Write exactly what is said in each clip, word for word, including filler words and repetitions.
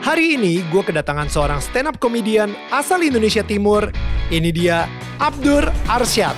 Hari ini gue kedatangan seorang stand up comedian asal Indonesia Timur. Ini dia Abdur Arsyad.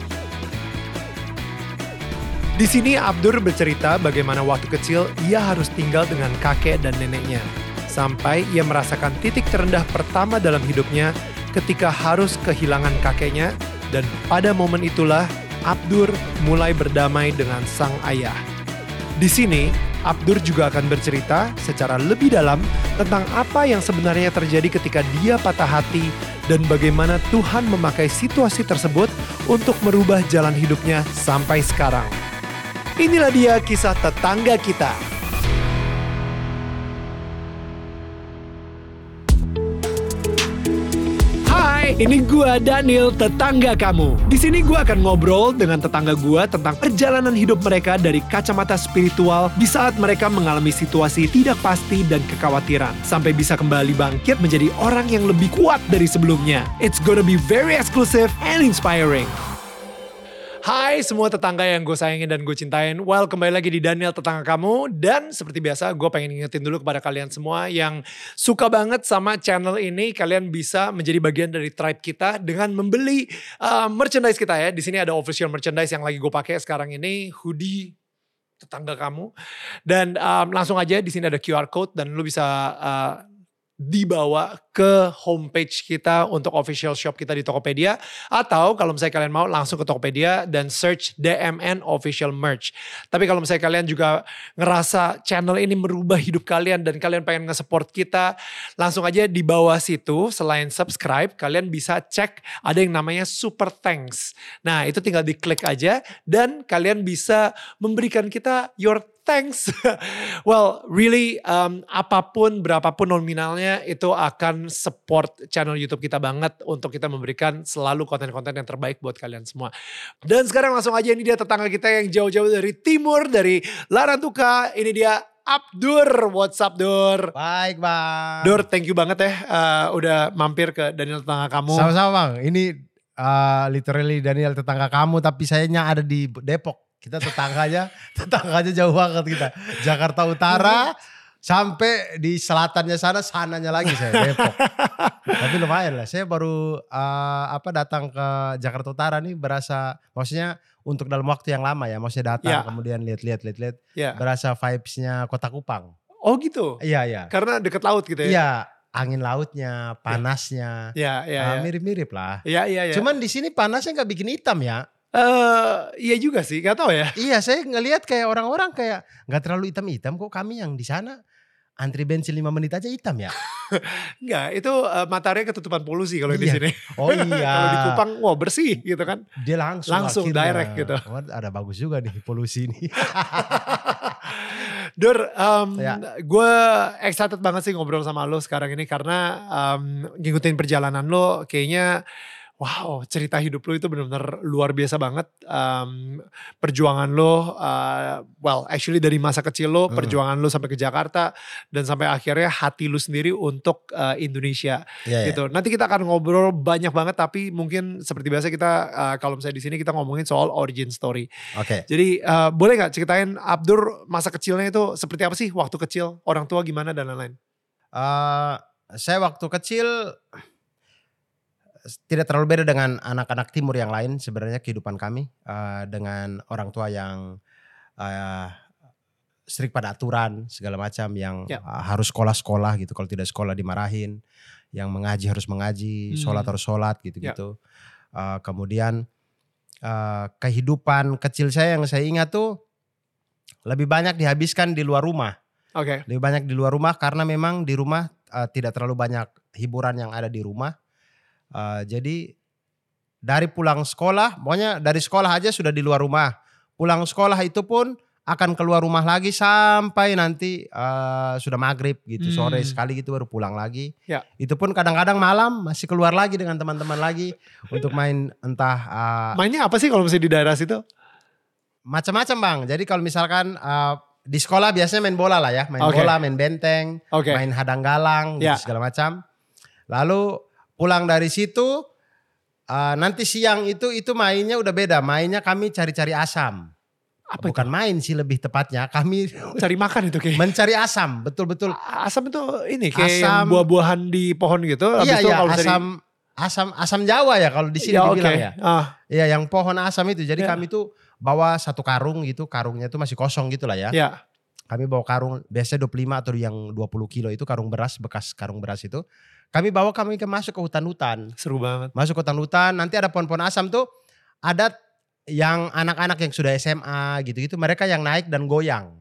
Di sini Abdur bercerita bagaimana waktu kecil ia harus tinggal dengan kakek dan neneknya. Sampai ia merasakan titik terendah pertama dalam hidupnya ketika harus kehilangan kakeknya. Dan pada momen itulah Abdur mulai berdamai dengan sang ayah. Di sini, Abdur juga akan bercerita secara lebih dalam tentang apa yang sebenarnya terjadi ketika dia patah hati dan bagaimana Tuhan memakai situasi tersebut untuk merubah jalan hidupnya sampai sekarang. Inilah dia kisah tetangga kita. Hai, ini gua Daniel, tetangga kamu. Di sini gua akan ngobrol dengan tetangga gua tentang perjalanan hidup mereka dari kacamata spiritual di saat mereka mengalami situasi tidak pasti dan kekhawatiran, sampai bisa kembali bangkit menjadi orang yang lebih kuat dari sebelumnya. It's gonna be very exclusive and inspiring. Hai semua tetangga yang gue sayangin dan gue cintain. Well, kembali lagi di Daniel Tetangga Kamu. Dan seperti biasa gue pengen ingetin dulu kepada kalian semua yang suka banget sama channel ini. Kalian bisa menjadi bagian dari tribe kita dengan membeli uh, merchandise kita ya. Di sini ada official merchandise yang lagi gue pakai sekarang ini. Hoodie Tetangga Kamu. Dan um, langsung aja di sini ada Q R code dan lu bisa uh, dibawa ke homepage kita untuk official shop kita di Tokopedia. Atau kalau misalnya kalian mau langsung ke Tokopedia dan search D M N official merch. Tapi kalau misalnya kalian juga ngerasa channel ini merubah hidup kalian dan kalian pengen nge-support kita, langsung aja di bawah situ selain subscribe kalian bisa cek ada yang namanya super thanks. Nah itu tinggal diklik aja dan kalian bisa memberikan kita your thanks. Well, really um, apapun, berapapun nominalnya itu akan support channel YouTube kita banget untuk kita memberikan selalu konten-konten yang terbaik buat kalian semua. Dan sekarang langsung aja ini dia tetangga kita yang jauh-jauh dari timur, dari Larantuka. Ini dia Abdur. What's up, Dur? Baik, Bang. Dur, thank you banget ya uh, udah mampir ke Daniel Tetangga Kamu. Sama-sama, Bang. Ini uh, literally Daniel Tetangga Kamu, tapi sayanya ada di Depok. Kita tetangganya, tetangganya jauh banget kita. Jakarta Utara sampai di selatannya sana, sananya lagi saya Depok. Tapi lumayan lah. Saya baru uh, apa datang ke Jakarta Utara nih berasa, maksudnya untuk dalam waktu yang lama ya. Maksudnya datang ya. Kemudian lihat-lihat, lihat-lihat, ya. Berasa vibes-nya Kota Kupang. Oh gitu? Iya, iya. Karena deket laut gitu ya? Iya. Angin lautnya, panasnya, ya, ya, uh, ya. mirip-mirip lah. Iya, iya, iya. Cuman di sini panasnya nggak bikin hitam ya. Uh, iya juga sih, gak tahu ya. Iya, saya ngelihat kayak orang-orang kayak nggak terlalu hitam-hitam kok. Kami yang di sana antri bensin lima menit aja hitam ya. Enggak, itu uh, matahari ketutupan polusi kalau iya. di sini. Oh iya. Kalau di Kupang, wah bersih gitu kan. Dia langsung. Langsung akhirnya. direct gitu. Oh, ada bagus juga nih polusi ini. Dur, um, ya. gue excited banget sih ngobrol sama lo sekarang ini karena um, ngikutin perjalanan lo kayaknya. Wow, cerita hidup lo itu benar-benar luar biasa banget. Um, perjuangan lo, uh, well actually dari masa kecil lo, hmm. perjuangan lo sampai ke Jakarta. Dan sampai akhirnya hati lo sendiri untuk uh, Indonesia. Yeah, gitu. Yeah. Nanti kita akan ngobrol banyak banget tapi mungkin seperti biasa kita, uh, kalau misalnya di sini kita ngomongin soal origin story. Oke. Okay. Jadi uh, boleh gak ceritain Abdur masa kecilnya itu seperti apa sih waktu kecil? Orang tua gimana dan lain-lain? Uh, saya waktu kecil tidak terlalu beda dengan anak-anak timur yang lain sebenarnya kehidupan kami uh, dengan orang tua yang uh, strict pada aturan segala macam yang ya. uh, harus sekolah-sekolah gitu, kalau tidak sekolah dimarahin, yang mengaji harus mengaji, hmm. sholat harus sholat gitu-gitu. Ya. Uh, kemudian uh, kehidupan kecil saya yang saya ingat tuh lebih banyak dihabiskan di luar rumah. Oke. Okay. Lebih banyak di luar rumah karena memang di rumah uh, tidak terlalu banyak hiburan yang ada di rumah. Uh, jadi dari pulang sekolah, pokoknya dari sekolah aja sudah di luar rumah. Pulang sekolah itu pun akan keluar rumah lagi sampai nanti uh, sudah maghrib gitu, hmm. sore sekali gitu baru pulang lagi. Ya. Itu pun kadang-kadang malam masih keluar lagi dengan teman-teman lagi untuk main entah. Uh, Mainnya apa sih kalau misalnya di daerah situ? Macam-macam, Bang. Jadi kalau misalkan uh, di sekolah biasanya main bola lah ya, main okay. bola, main benteng, okay. main hadang galang gitu, ya. Segala macam. Lalu pulang dari situ uh, nanti siang itu itu mainnya udah beda. Mainnya kami cari-cari asam. Apa bukan itu? main sih lebih tepatnya. Kami Cari makan itu kayak. mencari asam, betul-betul. Asam itu ini kayak yang Asam. buah-buahan di pohon gitu. Iya, Habis itu iya, kalau misalnya- asam asam asam Jawa ya kalau di sini Ya, dibilang oke. ya. Ah, Iya, yang pohon asam itu. Jadi Ya. kami tuh bawa satu karung gitu, karungnya tuh masih kosong gitu lah ya. ya. Kami bawa karung biasanya dua puluh lima atau yang dua puluh kilo itu karung beras, bekas karung beras itu. Kami bawa kami ke masuk ke hutan-hutan. Seru banget. Masuk ke hutan-hutan, nanti ada pohon-pohon asam tuh, ada yang anak-anak yang sudah S M A gitu-gitu, mereka yang naik dan goyang.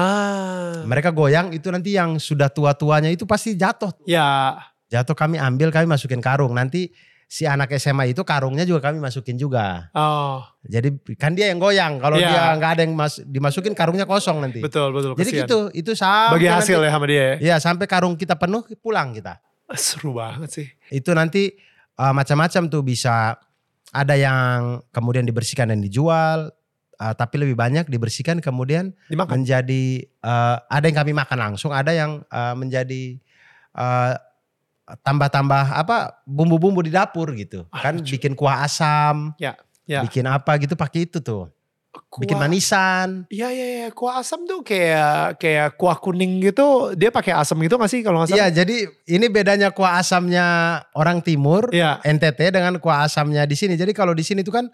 Ah. Mereka goyang itu nanti yang sudah tua-tuanya itu pasti jatuh. Ya. Jatuh kami ambil, kami masukin karung. Nanti si anak S M A itu karungnya juga kami masukin juga. Oh, Jadi kan dia yang goyang, kalau Iya. dia nggak ada yang mas, dimasukin karungnya kosong nanti. betul betul. Jadi kasihan. gitu, itu sampai Bagi hasil nanti, ya sama dia ya. ya sampai karung kita penuh pulang kita. Seru banget sih. Itu nanti uh, macam-macam tuh, bisa ada yang kemudian dibersihkan dan dijual, uh, tapi lebih banyak dibersihkan kemudian Dimakan. menjadi uh, ada yang kami makan langsung, ada yang uh, menjadi uh, tambah-tambah apa bumbu-bumbu di dapur gitu. Ah, Kan lucu. bikin kuah asam, Ya, ya. bikin apa gitu pakai itu tuh. Bikin Kuah- manisan. Iya iya iya, kuah asam tuh kayak kayak kuah kuning gitu, dia pakai asam gitu gak sih kalau nggak Iya, salah? jadi ini bedanya kuah asamnya orang timur, Iya. N T T dengan kuah asamnya di sini. Jadi kalau di sini tuh kan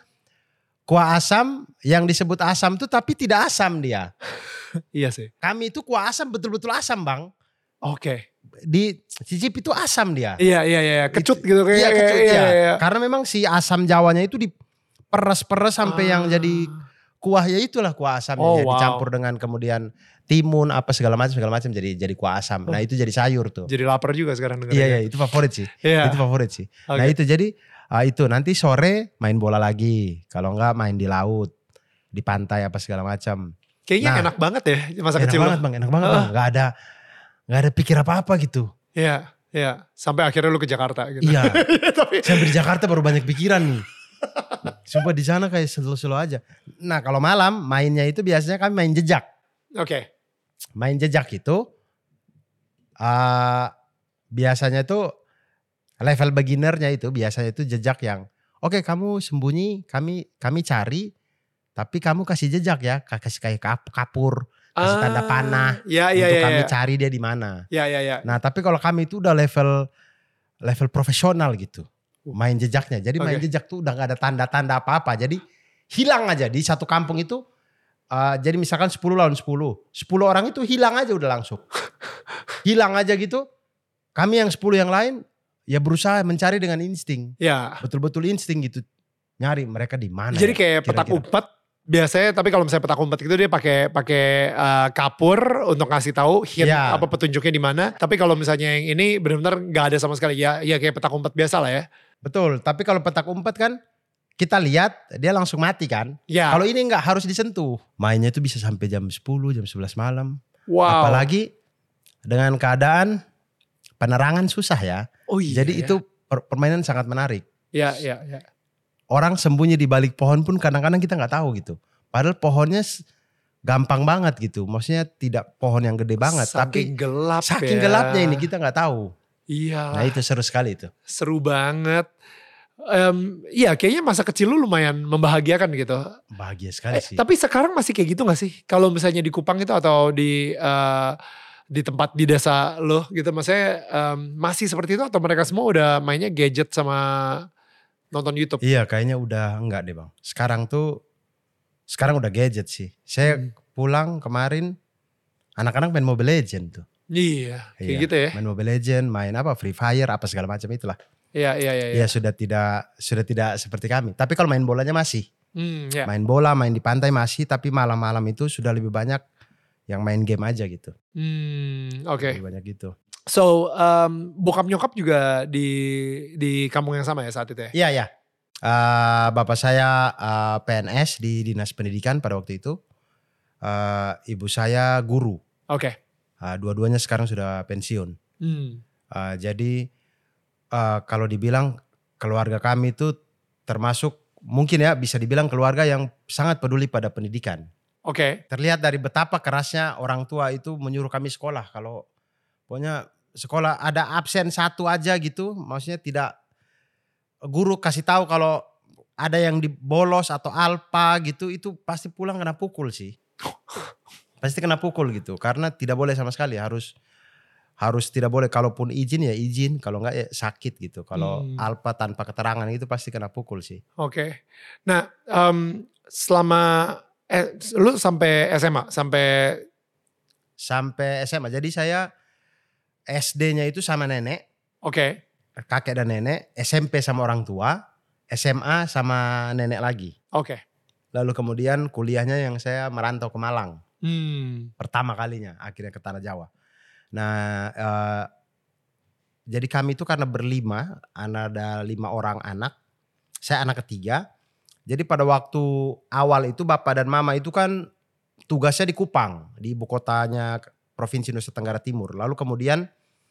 kuah asam yang disebut asam tuh tapi tidak asam dia. Iya sih. Kami itu kuah asam betul-betul asam, Bang. Oke. Di cicip itu asam dia. Iya iya iya, kecut gitu kayak. Iya, kecut, iya, iya. iya. Karena memang si asam Jawanya itu diperes-peres sampai yang Ah. jadi kuah, ya itulah kuah asamnya. Oh, Ya, wow. dicampur dengan kemudian timun apa segala macam segala macam jadi jadi kuah asam. Nah, itu jadi sayur tuh. Jadi lapar juga sekarang dengerin. Iya, iya, itu favorit sih. Iya. Itu favorit sih. Oke. Nah, itu jadi ah, itu nanti sore main bola lagi. Kalau enggak main di laut, di pantai apa segala macam. Kayaknya Nah, enak banget ya masa Enak kecil banget, lo. Bang, enak banget, Ah. Bang. Enggak ada enggak ada pikir apa-apa gitu. Iya, iya. Sampai akhirnya lu ke Jakarta gitu. Iya. Tapi Sampai di Jakarta baru banyak pikiran nih. Sumpah di sana kayak slow-slow aja. Nah, kalau malam mainnya itu biasanya kami main jejak. oke. Main jejak itu uh, biasanya itu level beginnernya itu biasanya itu jejak yang oke, kamu sembunyi, kami kami cari, tapi kamu kasih jejak ya, kasih kayak kap- kapur, kasih tanda Ah, panah Iya iya untuk iya. kami iya. cari dia di mana. Iya iya iya. Nah, tapi kalau kami itu udah level level profesional gitu. Main jejaknya. Jadi main Oke. jejak tuh udah gak ada tanda-tanda apa-apa. Jadi hilang aja di satu kampung itu. uh, jadi misalkan sepuluh lawan sepuluh. sepuluh orang itu hilang aja udah langsung. Hilang aja gitu. Kami yang sepuluh yang lain ya berusaha mencari dengan insting. Iya. Betul-betul insting gitu. Nyari mereka di mana. Jadi ya, kayak petak kira-kira. umpet biasanya, tapi kalau misalnya petak umpet itu dia pakai pakai uh, kapur untuk ngasih tahu hint Iya. apa petunjuknya di mana. Tapi kalau misalnya yang ini benar-benar nggak ada sama sekali, ya ya kayak petak umpet biasa lah ya. Betul. Tapi kalau petak umpet kan kita lihat dia langsung mati kan. Ya. Kalau ini nggak harus disentuh. Mainnya itu bisa sampai jam sepuluh, jam sebelas malam. Wow. Apalagi dengan keadaan penerangan susah ya. Oh iya. Jadi ya. itu per- permainan sangat menarik. Ya ya ya. Orang sembunyi di balik pohon pun kadang-kadang kita nggak tahu gitu. Padahal pohonnya s- gampang banget gitu. Maksudnya tidak pohon yang gede banget. Saking tapi gelap saking ya. gelapnya ini kita nggak tahu. Iya. Nah itu seru sekali itu. Seru banget. Em, iya kayaknya masa kecil lu lumayan membahagiakan gitu. Bahagia sekali Eh, sih. tapi sekarang masih kayak gitu gak sih? Kalau misalnya di Kupang itu atau di eh, di tempat di desa lo gitu, maksudnya em, masih seperti itu atau mereka semua udah mainnya gadget sama nonton YouTube? Iya kayaknya udah enggak deh Bang. Sekarang tuh, sekarang udah gadget sih. Saya Hmm. pulang kemarin, anak-anak main Mobile Legend tuh. Iya, kayak Iya, gitu ya. Main Mobile Legend, main apa Free Fire, apa segala macam itulah. Iya, iya, iya. iya. Ya sudah tidak sudah tidak seperti kami. Tapi kalau main bolanya masih. Hmm, ya. Main bola, main di pantai masih, tapi malam-malam itu sudah lebih banyak yang main game aja gitu. Hmm, oke. Lebih banyak gitu. So, em, bokap nyokap juga di di kampung yang sama ya saat itu ya? Iya, ya. Eh, bapak saya eh, P N S di Dinas Pendidikan pada waktu itu. Eh, ibu saya guru. Oke. Eh, dua-duanya sekarang sudah pensiun. Hmm. Eh, jadi eh, kalau dibilang keluarga kami itu termasuk mungkin ya bisa dibilang keluarga yang sangat peduli pada pendidikan. Oke. Terlihat dari betapa kerasnya orang tua itu menyuruh kami sekolah. Kalau pokoknya sekolah ada absen satu aja gitu, maksudnya tidak, guru kasih tahu kalau ada yang dibolos atau alpa gitu, itu pasti pulang kena pukul sih. Pasti kena pukul gitu, karena tidak boleh sama sekali, harus harus tidak boleh, kalaupun izin ya izin, kalau enggak ya sakit gitu. Kalau Hmm. alpa tanpa keterangan itu pasti kena pukul sih. Oke. Nah, um, selama eh, lu sampai S M A, sampai Sampai S M A. Jadi saya S D-nya itu sama nenek, oke. kakek dan nenek, S M P sama orang tua, S M A sama nenek lagi. Oke. Lalu kemudian kuliahnya yang saya merantau ke Malang. Hmm. Pertama kalinya akhirnya ke Tanah Jawa. Nah eh, jadi kami itu karena berlima, ada lima orang anak, saya anak ketiga. Jadi pada waktu awal itu bapak dan mama itu kan tugasnya di Kupang, di ibu kotanya Provinsi Nusa Tenggara Timur. Lalu kemudian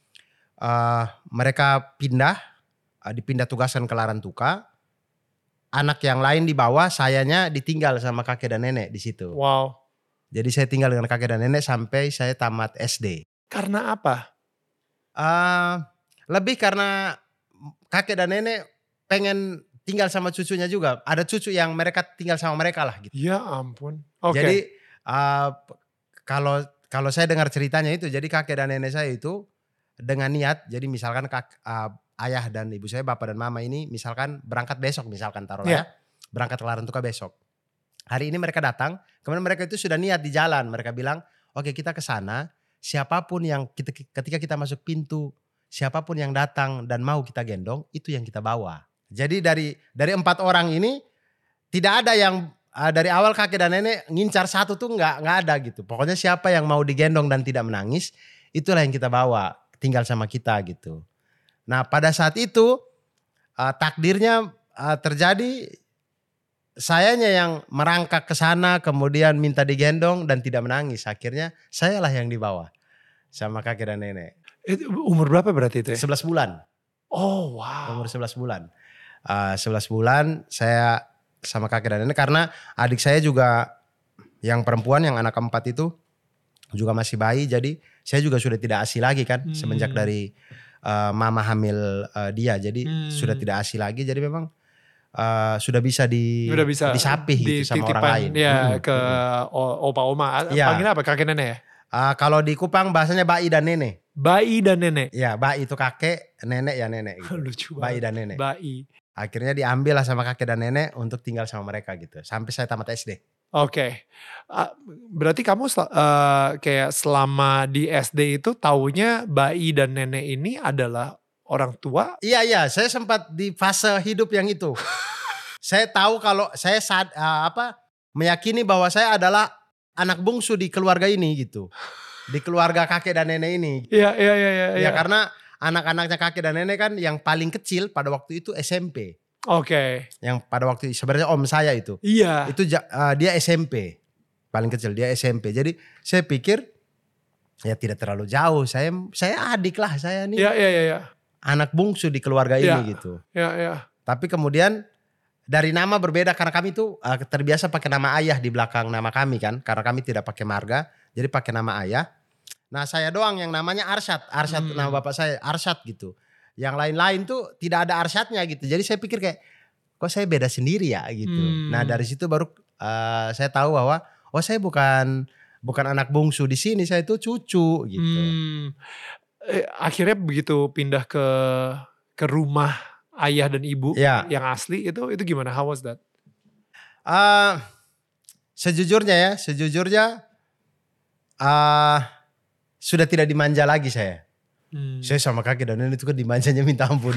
uh, mereka pindah, uh, dipindah tugasan ke Larantuka. Anak yang lain di bawah, sayanya ditinggal sama kakek dan nenek di situ. Wow. Jadi saya tinggal dengan kakek dan nenek sampai saya tamat S D. Karena apa? Uh, lebih karena kakek dan nenek pengen tinggal sama cucunya juga. Ada cucu yang mereka tinggal sama mereka lah gitu. Ya ampun. Oke. Jadi uh, kalau kalau saya dengar ceritanya itu, jadi kakek dan nenek saya itu dengan niat, jadi misalkan kak, uh, ayah dan ibu saya, bapak dan mama ini misalkan berangkat besok, misalkan taruhlah Yeah. ya, berangkat ke Larantuka besok. Hari ini mereka datang, kemudian mereka itu sudah niat di jalan, mereka bilang, oke kita ke sana, siapapun yang kita, ketika kita masuk pintu, siapapun yang datang dan mau kita gendong, itu yang kita bawa. Jadi dari dari empat orang ini tidak ada yang Uh, dari awal kakek dan nenek ngincar satu tuh nggak nggak ada gitu. Pokoknya siapa yang mau digendong dan tidak menangis, itulah yang kita bawa, tinggal sama kita gitu. Nah pada saat itu uh, takdirnya uh, terjadi, sayanya yang merangkak ke sana, kemudian minta digendong dan tidak menangis. Akhirnya sayalah yang dibawa sama kakek dan nenek. Itu umur berapa berarti itu ya? sebelas bulan. Oh wow. Umur sebelas bulan. Uh, sebelas bulan saya sama kakek dan nenek, karena adik saya juga yang perempuan, yang anak keempat itu juga masih bayi, jadi saya juga sudah tidak A S I lagi kan, hmm. semenjak dari uh, mama hamil uh, dia, jadi hmm. sudah tidak A S I lagi, jadi memang uh, sudah bisa di sudah bisa disapih gitu sama orang lain. Ya hmm. ke hmm. opa oma, ya. Panggilnya apa kakek nenek ya? Uh, kalau di Kupang bahasanya bayi dan nenek. Bayi dan nenek. Ya, bayi itu kakek, nenek ya nenek. Gitu. Lucu banget. Bayi dan nenek. Bayi. Akhirnya diambil lah sama kakek dan nenek untuk tinggal sama mereka gitu. Sampai saya tamat S D. Oke. Okay. Uh, berarti kamu uh, kayak selama di S D itu taunya bayi dan nenek ini adalah orang tua? Iya, iya. Saya sempat di fase hidup yang itu. Saya tahu kalau saya sad, uh, apa meyakini bahwa saya adalah anak bungsu di keluarga ini gitu. Di keluarga kakek dan nenek ini. Iya, iya, iya. Ya, ya, karena anak-anaknya kakek dan nenek kan yang paling kecil pada waktu itu S M P. Oke. Okay. Yang pada waktu sebenarnya om saya itu. Iya. Itu uh, dia S M P. Paling kecil dia S M P. Jadi saya pikir ya tidak terlalu jauh. Saya saya adik lah saya nih. Iya, iya, iya. Anak bungsu di keluarga ya. ini gitu. Iya, iya. Tapi kemudian dari nama berbeda, karena kami tuh uh, terbiasa pakai nama ayah di belakang nama kami kan. Karena kami tidak pakai marga. Jadi pakai nama ayah. Nah saya doang yang namanya Arsyad. Arsyad hmm. nama bapak saya Arsyad gitu. Yang lain-lain tuh tidak ada Arsyadnya gitu. Jadi saya pikir kayak kok saya beda sendiri ya gitu. Hmm. Nah dari situ baru uh, saya tahu bahwa oh saya bukan bukan anak bungsu di sini. Saya itu cucu gitu. Hmm. Eh, akhirnya begitu pindah ke ke rumah ayah dan ibu ya. Yang asli itu itu gimana? How was that? Uh, sejujurnya ya, sejujurnya uh, sudah tidak dimanja lagi saya. Hmm. Saya sama kakek dan nenek itu kan dimanjanya minta ampun.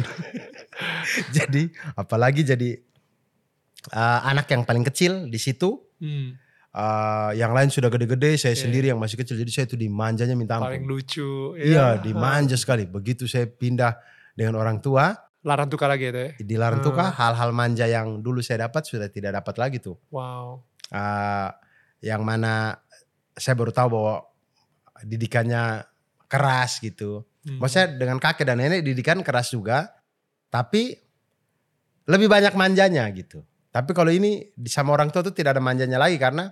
Jadi apalagi jadi uh, anak yang paling kecil di situ. Hmm. Uh, yang lain sudah gede-gede, saya yeah. sendiri yang masih kecil. Jadi saya itu dimanjanya minta ampun. Paling lucu. Iya, ya, dimanja sekali. Begitu saya pindah dengan orang tua. Larantuka lagi itu ya? Di Larantuka hmm. hal-hal manja yang dulu saya dapat sudah tidak dapat lagi tuh. Wow. Uh, yang mana saya baru tahu bahwa didikannya keras gitu. Hmm. Maksudnya dengan kakek dan nenek didikan keras juga. Tapi lebih banyak manjanya gitu. Tapi kalau ini sama orang tua tuh tidak ada manjanya lagi. Karena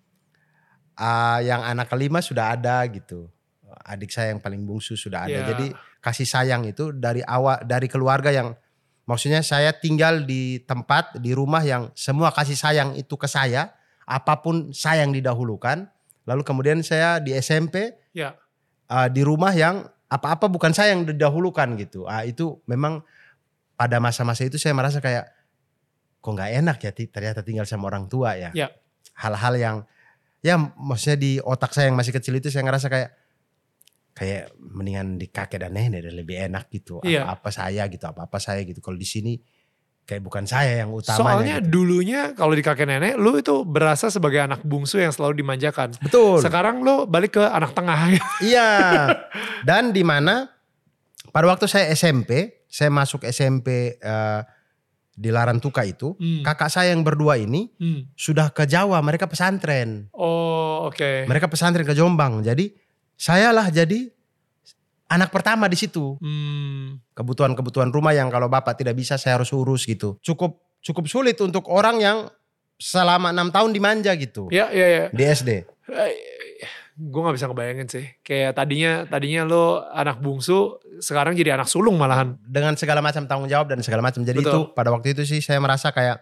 uh, yang anak kelima sudah ada gitu. Adik saya yang paling bungsu sudah ada. Yeah. Jadi kasih sayang itu dari awal, dari keluarga yang Maksudnya saya tinggal di tempat, di rumah yang semua kasih sayang itu ke saya. Apapun saya yang didahulukan. Lalu kemudian saya di S M P Ya. uh, di rumah yang apa-apa bukan saya yang didahulukan gitu. Uh, itu memang pada masa-masa itu saya merasa kayak kok nggak enak ya ternyata tinggal sama orang tua ya. Ya. Hal-hal yang ya maksudnya di otak saya yang masih kecil itu saya ngerasa kayak kayak mendingan di kakek dan nenek dan lebih enak gitu. Iya. Apa-apa saya gitu, apa-apa saya gitu. Kalau di sini kayak bukan saya yang utamanya. Soalnya gitu. dulunya kalau di kakek nenek lu itu berasa sebagai anak bungsu yang selalu dimanjakan. Betul. Sekarang lu balik ke anak tengah. Iya. Dan di mana pada waktu saya S M P, saya masuk S M P uh, di Larantuka itu, Hmm. kakak saya yang berdua ini Hmm. sudah ke Jawa, mereka pesantren. Oh, oke. Okay. Mereka pesantren ke Jombang. Jadi saya lah jadi anak pertama di situ. Hmm. Kebutuhan-kebutuhan rumah yang kalau bapak tidak bisa saya harus urus gitu. Cukup cukup sulit untuk orang yang selama enam tahun dimanja gitu. Ya, ya, ya. Di S D. Gue gak bisa ngebayangin sih. Kayak tadinya tadinya lo anak bungsu, sekarang jadi anak sulung malahan. Dengan segala macam tanggung jawab dan segala macam. Jadi Betul. itu pada waktu itu sih saya merasa kayak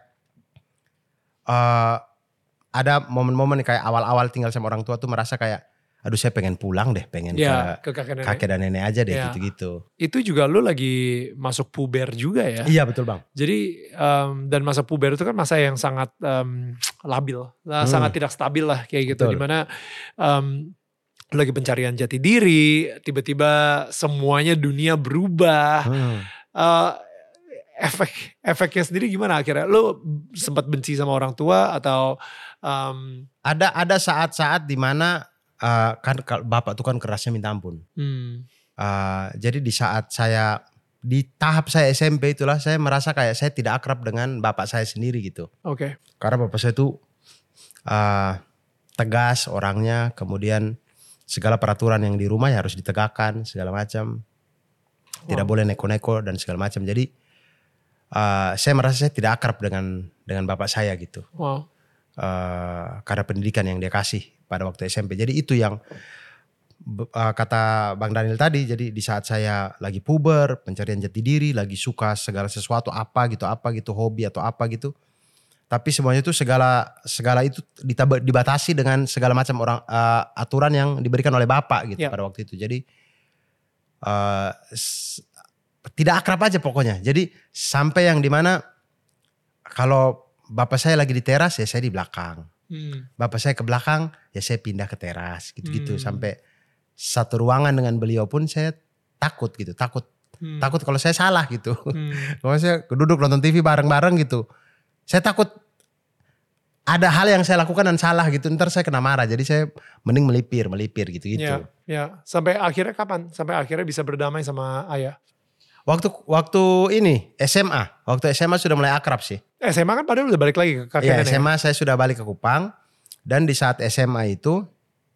uh, ada momen-momen kayak awal-awal tinggal sama orang tua tuh merasa kayak aduh saya pengen pulang deh, pengen Ya, ke, ke kakek nenek. kakek dan nenek aja deh Ya. gitu-gitu. Itu juga lo lagi masuk puber juga ya. Iya betul bang. Jadi um, dan masa puber itu kan masa yang sangat um, labil, nah, Hmm. sangat tidak stabil lah kayak gitu. Betul. Dimana um, lagi pencarian jati diri, tiba-tiba semuanya dunia berubah. Hmm. Uh, efek efeknya sendiri gimana akhirnya? Lo sempat benci sama orang tua atau um, Ada ada saat-saat dimana uh, kan kalau bapak tuh kan kerasnya minta ampun. hmm, Uh, jadi di saat saya di tahap saya S M P itulah saya merasa kayak saya tidak akrab dengan bapak saya sendiri gitu. oke, Karena bapak saya tuh uh, tegas orangnya, kemudian segala peraturan yang di rumah ya harus ditegakkan segala macam, tidak Wow. boleh neko-neko dan segala macam. Jadi uh, saya merasa saya tidak akrab dengan dengan bapak saya gitu. wow, Uh, karena pendidikan yang dia kasih pada waktu S M P. Jadi itu yang uh, kata Bang Daniel tadi. Jadi di saat saya lagi puber, pencarian jati diri, lagi suka segala sesuatu apa gitu, apa gitu, hobi atau apa gitu. Tapi semuanya itu segala segala itu ditaba- dibatasi dengan segala macam orang uh, aturan yang diberikan oleh bapak gitu Ya. pada waktu itu. Jadi uh, s- tidak akrab aja pokoknya. Jadi sampai yang dimana kalau bapak saya lagi di teras ya saya di belakang. hmm, Bapak saya ke belakang ya saya pindah ke teras gitu-gitu. Hmm. Sampai satu ruangan dengan beliau pun saya takut gitu. Takut hmm, takut kalau saya salah gitu. hmm, Kalau saya duduk nonton T V bareng-bareng gitu. Saya takut ada hal yang saya lakukan dan salah gitu. Ntar saya kena marah. Jadi saya mending melipir, melipir gitu-gitu. ya, ya. Sampai akhirnya kapan? Sampai akhirnya bisa berdamai sama ayah. Waktu waktu ini S M A. Waktu S M A sudah mulai akrab sih. S M A kan padahal udah balik lagi ke kakek Iya nenek. S M A saya sudah balik ke Kupang. Dan di saat S M A itu.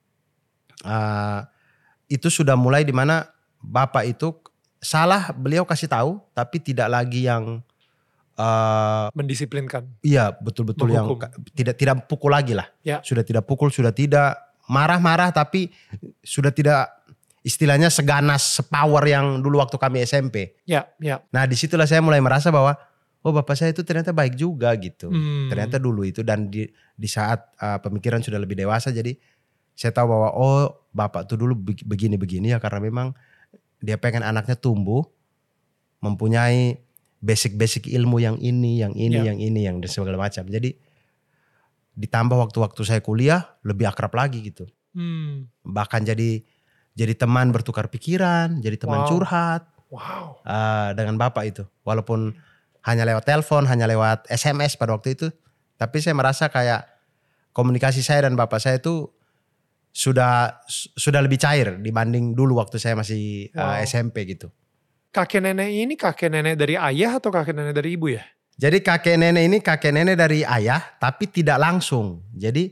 Uh, itu sudah mulai dimana bapak itu salah beliau kasih tahu. Tapi tidak lagi yang. Uh, Mendisiplinkan. iya betul-betul yang Menghukum. tidak tidak pukul lagi lah. Ya. Sudah tidak pukul, sudah tidak marah-marah, tapi sudah tidak istilahnya seganas, sepower yang dulu waktu kami S M P. Ya, ya. Nah disitulah saya mulai merasa bahwa oh bapak saya itu ternyata baik juga gitu. Hmm. Ternyata dulu itu dan di, di saat uh, pemikiran sudah lebih dewasa jadi saya tahu bahwa oh bapak tuh dulu begini-begini ya karena memang dia pengen anaknya tumbuh mempunyai basic-basic ilmu yang ini, yang ini, Ya. yang ini, yang dan segala macam. Jadi ditambah waktu-waktu saya kuliah lebih akrab lagi gitu. Hmm. Bahkan jadi jadi teman bertukar pikiran, jadi teman Wow. curhat Wow. uh, dengan bapak itu. Walaupun hanya lewat telepon, hanya lewat S M S pada waktu itu. Tapi saya merasa kayak komunikasi saya dan bapak saya itu sudah sudah lebih cair dibanding dulu waktu saya masih uh, Wow. S M P gitu. Kakek nenek ini kakek nenek dari ayah atau kakek nenek dari ibu ya? Jadi kakek nenek ini kakek nenek dari ayah tapi tidak langsung. Jadi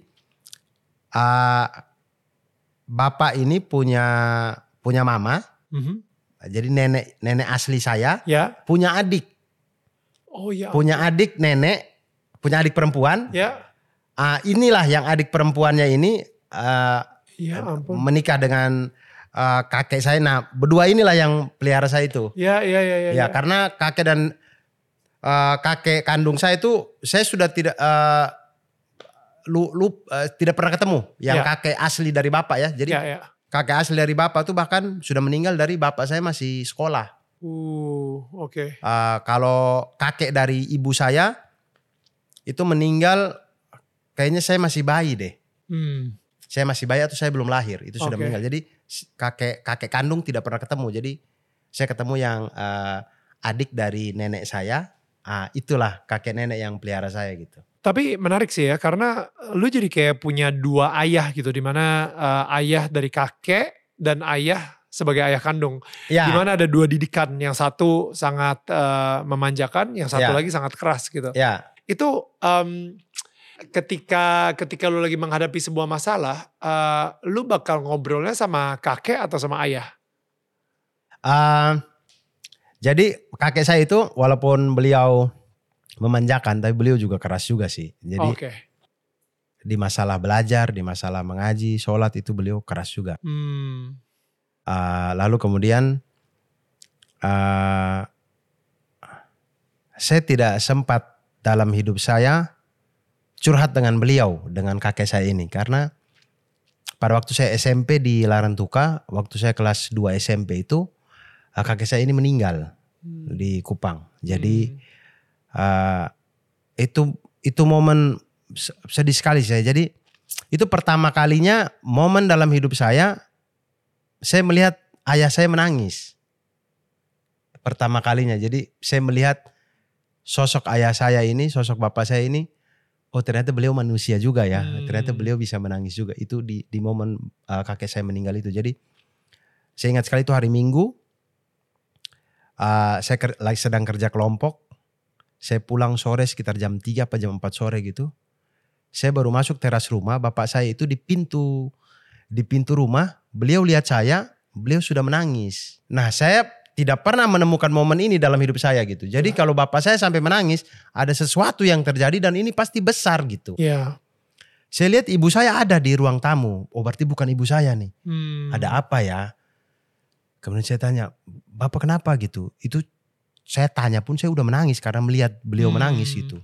uh, bapak ini punya punya mama. Mhm. Jadi nenek nenek asli saya Ya. punya adik. Oh ya. Punya adik nenek, punya adik perempuan. Ya. Uh, inilah yang adik perempuannya ini uh, Ya ampun. menikah dengan uh, kakek saya. Nah berdua inilah yang pelihara saya itu. Ya, ya, ya, ya. Ya, karena kakek dan uh, kakek kandung saya itu saya sudah tidak uh, lu, lu uh, tidak pernah ketemu yang Ya. kakek asli dari bapak ya. Jadi Ya, ya. kakek asli dari bapak tuh bahkan sudah meninggal dari bapak saya masih sekolah. Uh, oke. Uh, kalau kakek dari ibu saya itu meninggal kayaknya saya masih bayi deh. Hmm. Saya masih bayi atau saya belum lahir itu sudah Oke. meninggal. Jadi kakek kakek kandung tidak pernah ketemu. Jadi saya ketemu yang uh, adik dari nenek saya. Ah, itulah kakek nenek yang pelihara saya gitu. Tapi menarik sih ya, karena lu jadi kayak punya dua ayah gitu, dimana uh, ayah dari kakek dan ayah sebagai ayah kandung. Ya. Dimana ada dua didikan, yang satu sangat uh, memanjakan, yang satu Ya. lagi sangat keras gitu. Ya. Itu um, ketika ketika lu lagi menghadapi sebuah masalah, uh, lu bakal ngobrolnya sama kakek atau sama ayah? Uh, jadi kakek saya itu walaupun beliau memanjakan, tapi beliau juga keras juga sih. Jadi Oke. di masalah belajar, di masalah mengaji, sholat itu beliau keras juga. Hmm. Uh, lalu kemudian uh, saya tidak sempat dalam hidup saya curhat dengan beliau, dengan kakek saya ini. Karena pada waktu saya S M P di Larantuka, waktu saya kelas dua S M P itu, uh, kakek saya ini meninggal Hmm. di Kupang. Jadi Hmm. Uh, itu itu momen sedih sekali saya. Jadi itu pertama kalinya momen dalam hidup saya saya melihat ayah saya menangis. Pertama kalinya. Jadi saya melihat sosok ayah saya ini, sosok bapak saya ini, oh ternyata beliau manusia juga ya. Hmm. Ternyata beliau bisa menangis juga. Itu di di momen uh, kakek saya meninggal itu. Jadi saya ingat sekali itu hari Minggu. Uh, saya ker- lagi sedang kerja kelompok. Saya pulang sore sekitar jam tiga atau jam empat sore gitu. Saya baru masuk teras rumah, bapak saya itu di pintu di pintu rumah, beliau lihat saya, beliau sudah menangis. Nah, saya tidak pernah menemukan momen ini dalam hidup saya gitu. Jadi kalau bapak saya sampai menangis, ada sesuatu yang terjadi dan ini pasti besar gitu. Ya. Saya lihat ibu saya ada di ruang tamu. Oh, berarti bukan ibu saya nih. Hmm. Ada apa ya? Kemudian saya tanya, "Bapak kenapa gitu?" Itu saya tanya pun saya udah menangis karena melihat beliau Hmm. menangis gitu.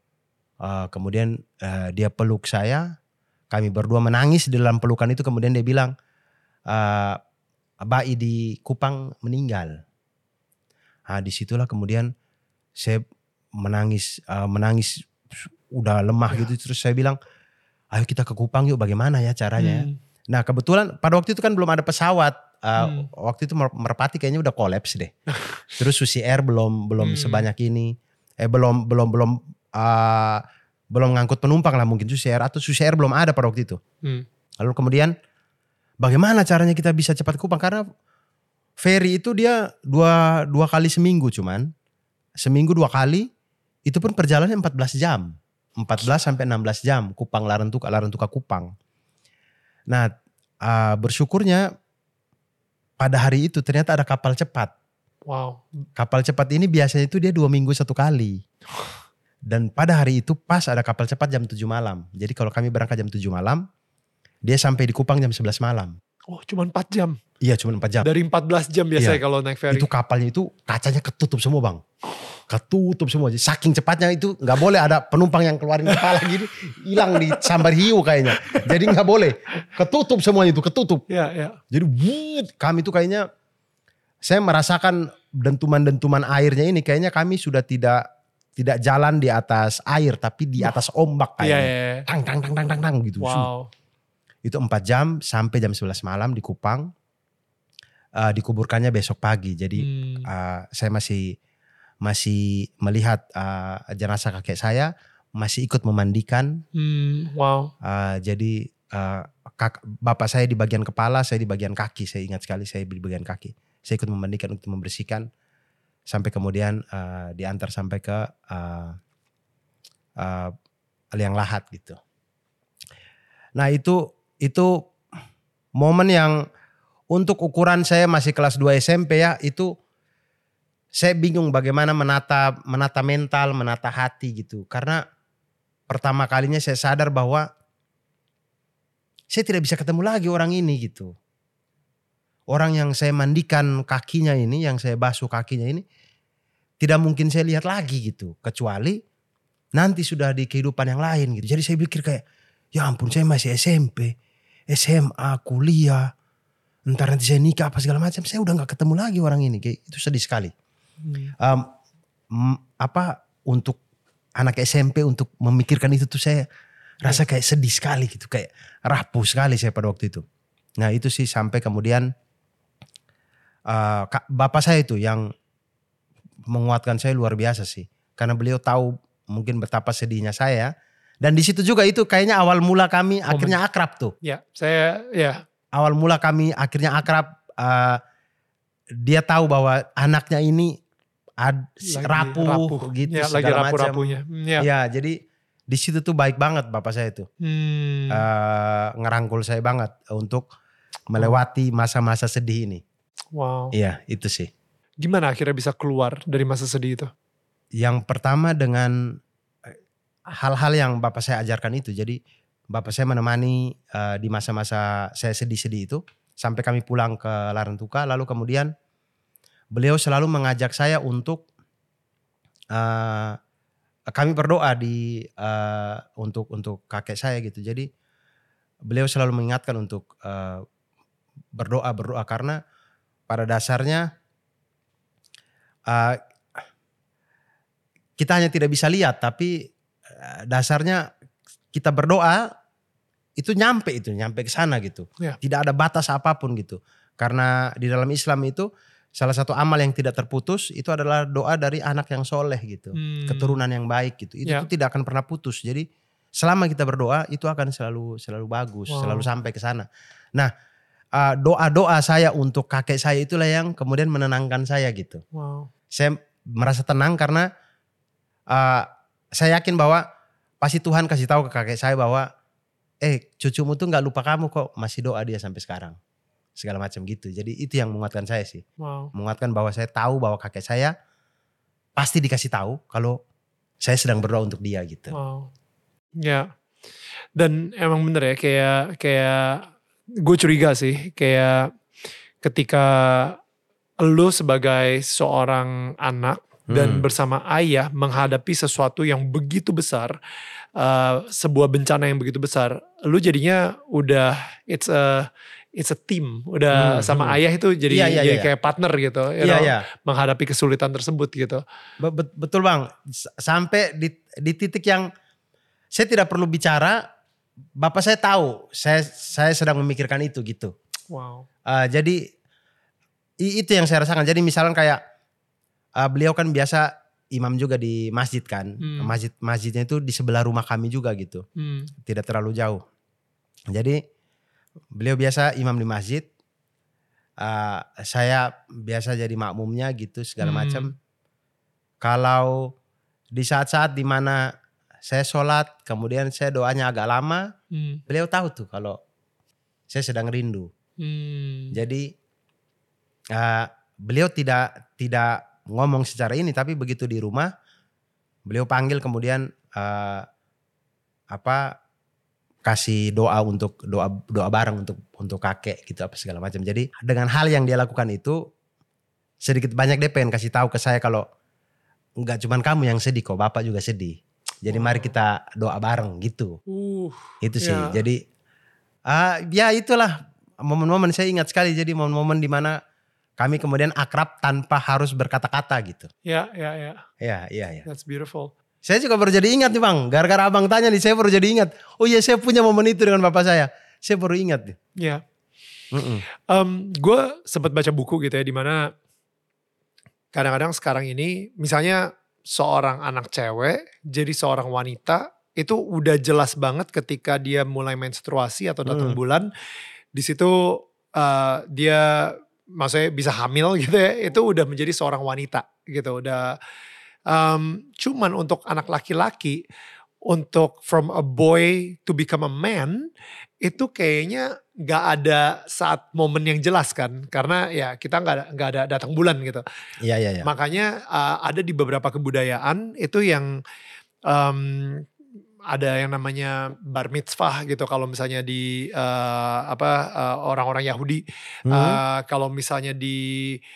Uh, kemudian uh, dia peluk saya, kami berdua menangis di dalam pelukan itu. Kemudian dia bilang, uh, "Bayi di Kupang meninggal." Nah, disitulah kemudian saya menangis, uh, menangis udah lemah Ya. gitu. Terus saya bilang, "Ayo kita ke Kupang yuk, bagaimana ya caranya?" Hmm. Nah kebetulan pada waktu itu kan belum ada pesawat. Uh, Hmm. Waktu itu Merpati kayaknya udah kolaps deh. Terus Susi Air belum belum Hmm. sebanyak ini. Eh belum belum belum uh, belum ngangkut penumpang lah mungkin Susi Air, atau Susi Air belum ada pada waktu itu. Hmm. Lalu kemudian bagaimana caranya kita bisa cepat ke Kupang, karena ferry itu dia dua dua kali seminggu cuman. Seminggu dua kali, itu pun perjalanannya empat belas jam. empat belas sampai enam belas jam Kupang Larantuka, Larantuka Kupang. Nah, uh, bersyukurnya pada hari itu ternyata ada kapal cepat. Wow. Kapal cepat ini biasanya itu dia dua minggu satu kali. Dan pada hari itu pas ada kapal cepat jam tujuh malam. Jadi kalau kami berangkat jam tujuh malam, dia sampai di Kupang jam sebelas malam. Oh, cuma empat jam. Iya, cuma empat jam. Dari empat belas jam biasanya Iya. kalau naik ferry. Itu kapalnya itu kacanya ketutup semua, Bang. Ketutup semua. Jadi saking cepatnya itu gak boleh ada penumpang yang keluarin kepala gini, hilang di sambar hiu kayaknya. Jadi gak boleh. Ketutup semuanya itu, ketutup. Ya, ya. Jadi wuh, kami itu kayaknya, saya merasakan dentuman-dentuman airnya ini, kayaknya kami sudah tidak tidak jalan di atas air, tapi di atas ombak Iya, kayaknya. iya, iya. Tang, tang, tang, tang, tang, tang gitu. Wow. Itu empat jam sampai jam sebelas malam di Kupang. Uh, dikuburkannya besok pagi. Jadi Hmm. uh, saya masih masih melihat uh, jenazah kakek saya, masih ikut memandikan. Hmm. Wow. Uh, jadi uh, kak, bapak saya di bagian kepala, saya di bagian kaki. Saya ingat sekali saya di bagian kaki. Saya ikut memandikan untuk membersihkan. Sampai kemudian uh, diantar sampai ke uh, uh, liang lahat gitu. Nah itu itu momen yang untuk ukuran saya masih kelas dua S M P ya, itu saya bingung bagaimana menata menata mental, menata hati gitu. Karena pertama kalinya saya sadar bahwa saya tidak bisa ketemu lagi orang ini gitu. Orang yang saya mandikan kakinya ini, yang saya basuh kakinya ini, tidak mungkin saya lihat lagi gitu. Kecuali nanti sudah di kehidupan yang lain gitu. Jadi saya pikir kayak, ya ampun saya masih S M P, S M A, kuliah. Entar nanti saya nikah apa segala macam. Saya udah gak ketemu lagi orang ini. Kayak itu sedih sekali. Hmm. Um, apa untuk anak S M P untuk memikirkan itu tuh saya rasa kayak sedih sekali gitu. Kayak rapuh sekali saya pada waktu itu. Nah itu sih sampai kemudian uh, bapak saya itu yang menguatkan saya luar biasa sih. Karena beliau tahu mungkin betapa sedihnya saya. Dan di situ juga itu kayaknya awal mula kami oh, akhirnya akrab tuh. Ya, saya ya. Awal mula kami akhirnya akrab. Uh, dia tahu bahwa anaknya ini ad, lagi rapuh, rapuh gitu ya, segala macam. Ya. ya, jadi di situ tuh baik banget bapak saya tuh. Hmm. Uh, ngerangkul saya banget untuk melewati masa-masa sedih ini. Wow. Iya, itu sih. Gimana akhirnya bisa keluar dari masa sedih itu? Yang pertama dengan hal-hal yang bapak saya ajarkan itu. Jadi bapak saya menemani uh, di masa-masa saya sedih-sedih itu. Sampai kami pulang ke Larantuka. Lalu kemudian beliau selalu mengajak saya untuk uh, kami berdoa di uh, untuk untuk kakek saya gitu. Jadi beliau selalu mengingatkan untuk uh, berdoa berdoa karena pada dasarnya uh, kita hanya tidak bisa lihat, tapi uh, dasarnya kita berdoa itu nyampe itu nyampe ke sana gitu. Ya. Tidak ada batas apapun gitu. Karena di dalam Islam itu salah satu amal yang tidak terputus itu adalah doa dari anak yang soleh gitu, hmm. keturunan yang baik gitu. Itu ya. Tuh tidak akan pernah putus. Jadi selama kita berdoa itu akan selalu selalu bagus, wow. selalu sampai ke sana. Nah uh, doa-doa saya untuk kakek saya itulah yang kemudian menenangkan saya gitu. Wow. Saya merasa tenang karena Uh, saya yakin bahwa pasti Tuhan kasih tahu ke kakek saya bahwa eh cucumu tuh gak lupa kamu kok, masih doa dia sampai sekarang. Segala macam gitu. Jadi itu yang menguatkan saya sih. Wow. Menguatkan bahwa saya tahu bahwa kakek saya pasti dikasih tahu kalau saya sedang berdoa untuk dia gitu. Wow. Ya. Dan emang bener ya kayak kayak gue curiga sih kayak ketika lu sebagai seorang anak dan hmm. bersama ayah menghadapi sesuatu yang begitu besar, uh, sebuah bencana yang begitu besar, lu jadinya udah it's a it's a team, udah hmm, sama hmm. ayah itu jadi, yeah, yeah, jadi yeah. kayak partner gitu, you yeah, know, yeah. menghadapi kesulitan tersebut gitu. Betul bang, sampai di, di titik yang saya tidak perlu bicara, bapak saya tahu saya saya sedang memikirkan itu gitu. Wow. Uh, jadi itu yang saya rasakan. Jadi misalnya kayak Uh, beliau kan biasa imam juga di masjid kan. Hmm. Masjid masjidnya itu di sebelah rumah kami juga gitu. Hmm. Tidak terlalu jauh. Jadi beliau biasa imam di masjid. Uh, saya biasa jadi makmumnya gitu segala hmm. macam. Kalau di saat-saat dimana saya sholat, kemudian saya doanya agak lama, hmm. beliau tahu tuh kalau saya sedang rindu. Hmm. Jadi uh, beliau tidak tidak ngomong secara ini, tapi begitu di rumah beliau panggil kemudian uh, apa kasih doa untuk doa doa bareng untuk untuk kakek gitu apa segala macam. Jadi dengan hal yang dia lakukan itu sedikit banyak dia pengen kasih tahu ke saya kalau enggak cuman kamu yang sedih kok, bapak juga sedih. Jadi oh. mari kita doa bareng gitu. Uh, itu sih. Ya. Jadi uh, ya itulah momen-momen saya ingat sekali. Jadi momen-momen di mana kami kemudian akrab tanpa harus berkata-kata gitu. Ya, ya, ya. Ya, ya, ya. That's beautiful. Saya juga baru jadi ingat nih bang. Gara-gara abang tanya nih, saya baru jadi ingat. Oh iya, saya punya momen itu dengan bapak saya. Saya baru ingat nih. Ya. Um, gue sempat baca buku gitu ya, di mana kadang-kadang sekarang ini, misalnya seorang anak cewek jadi seorang wanita, itu udah jelas banget ketika dia mulai menstruasi atau datang mm. bulan, di situ uh, dia maksudnya bisa hamil gitu ya, itu udah menjadi seorang wanita gitu. Udah um, cuman untuk anak laki-laki, untuk from a boy to become a man, itu kayaknya gak ada saat momen yang jelas kan, karena ya kita gak ada, gak ada datang bulan gitu. Iya iya iya. Makanya uh, ada di beberapa kebudayaan itu yang um, ada yang namanya bar mitzvah gitu kalau misalnya di uh, apa uh, orang-orang Yahudi. Hmm. Uh, kalau misalnya di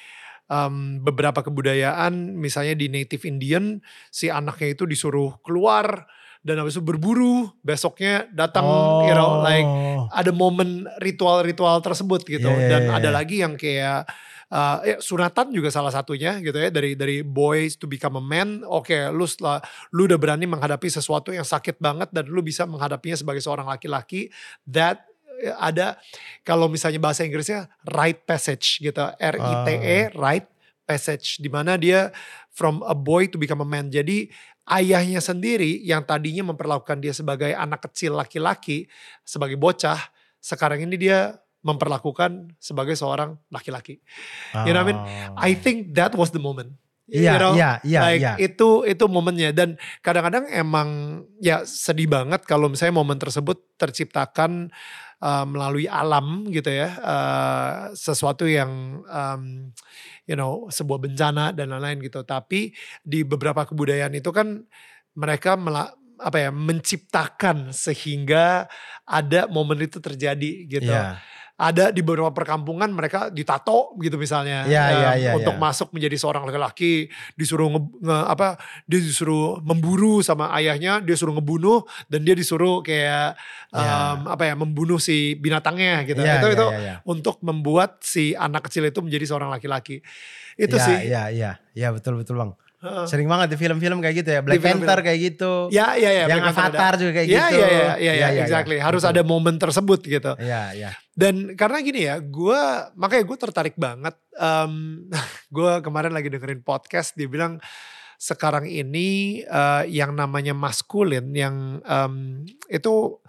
um, beberapa kebudayaan, misalnya di Native Indian, si anaknya itu disuruh keluar dan habis itu berburu, besoknya datang, you know, like Oh. ada momen ritual-ritual tersebut gitu. Iya, iya, Dan iya, ada iya. lagi yang kayak uh, ya, sunatan juga salah satunya gitu ya, dari dari boys to become a man. Oke, lu setelah lu udah berani menghadapi sesuatu yang sakit banget dan lu bisa menghadapinya sebagai seorang laki-laki. That eh, ada, kalau misalnya bahasa Inggrisnya rite passage gitu, R I T E, Oh. rite passage, di mana dia from a boy to become a man. Jadi ayahnya sendiri yang tadinya memperlakukan dia sebagai anak kecil laki-laki, sebagai bocah, sekarang ini dia memperlakukan sebagai seorang laki-laki. You know what I mean? I Oh. think that was the moment. Iya, You know, iya, iya, like iya. itu itu momennya. Dan kadang-kadang emang ya sedih banget kalau misalnya momen tersebut terciptakan uh, melalui alam gitu ya, uh, sesuatu yang um, you know, sebuah bencana dan lain-lain gitu. Tapi di beberapa kebudayaan itu kan mereka mela, apa ya, menciptakan sehingga ada momen itu terjadi gitu. Iya. Ada di beberapa perkampungan mereka ditato gitu misalnya, Iya, iya, um, iya, untuk iya. masuk menjadi seorang laki-laki, disuruh nge, nge, apa, dia disuruh memburu sama ayahnya, dia suruh ngebunuh dan dia disuruh kayak um, Iya. apa ya, membunuh si binatangnya gitu. Iya, Itu iya, itu iya, iya. untuk membuat si anak kecil itu menjadi seorang laki-laki. Itu Iya, sih. iya, iya. Iya, betul, betul Bang. Heeh. Sering banget di film-film kayak gitu ya. Black Di film-film. Panther kayak gitu. Ya, ya, ya. Yang Black Panther Avatar ada. juga kayak Ya, gitu. ya, ya, ya, Iya, ya, iya, exactly. iya. Harus Betul. ada momen tersebut gitu. Iya, iya. Dan karena gini ya, gue makanya gue tertarik banget. Um, gue kemarin lagi dengerin podcast, dia bilang sekarang ini uh, yang namanya maskulin, yang um, itu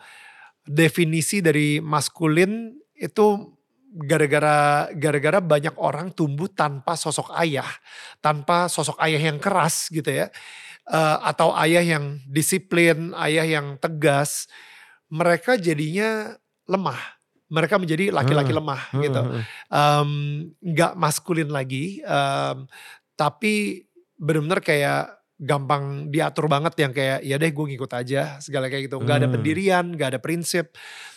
definisi dari maskulin itu gara-gara gara-gara banyak orang tumbuh tanpa sosok ayah, tanpa sosok ayah yang keras gitu ya, uh, atau ayah yang disiplin, ayah yang tegas, mereka jadinya lemah. Mereka menjadi laki-laki Hmm. lemah Hmm, gitu, hmm. um, nggak maskulin lagi, um, tapi benar-benar kayak gampang diatur banget, yang kayak ya deh gue ngikut aja segala kayak gitu, nggak ada Hmm. pendirian, nggak ada prinsip.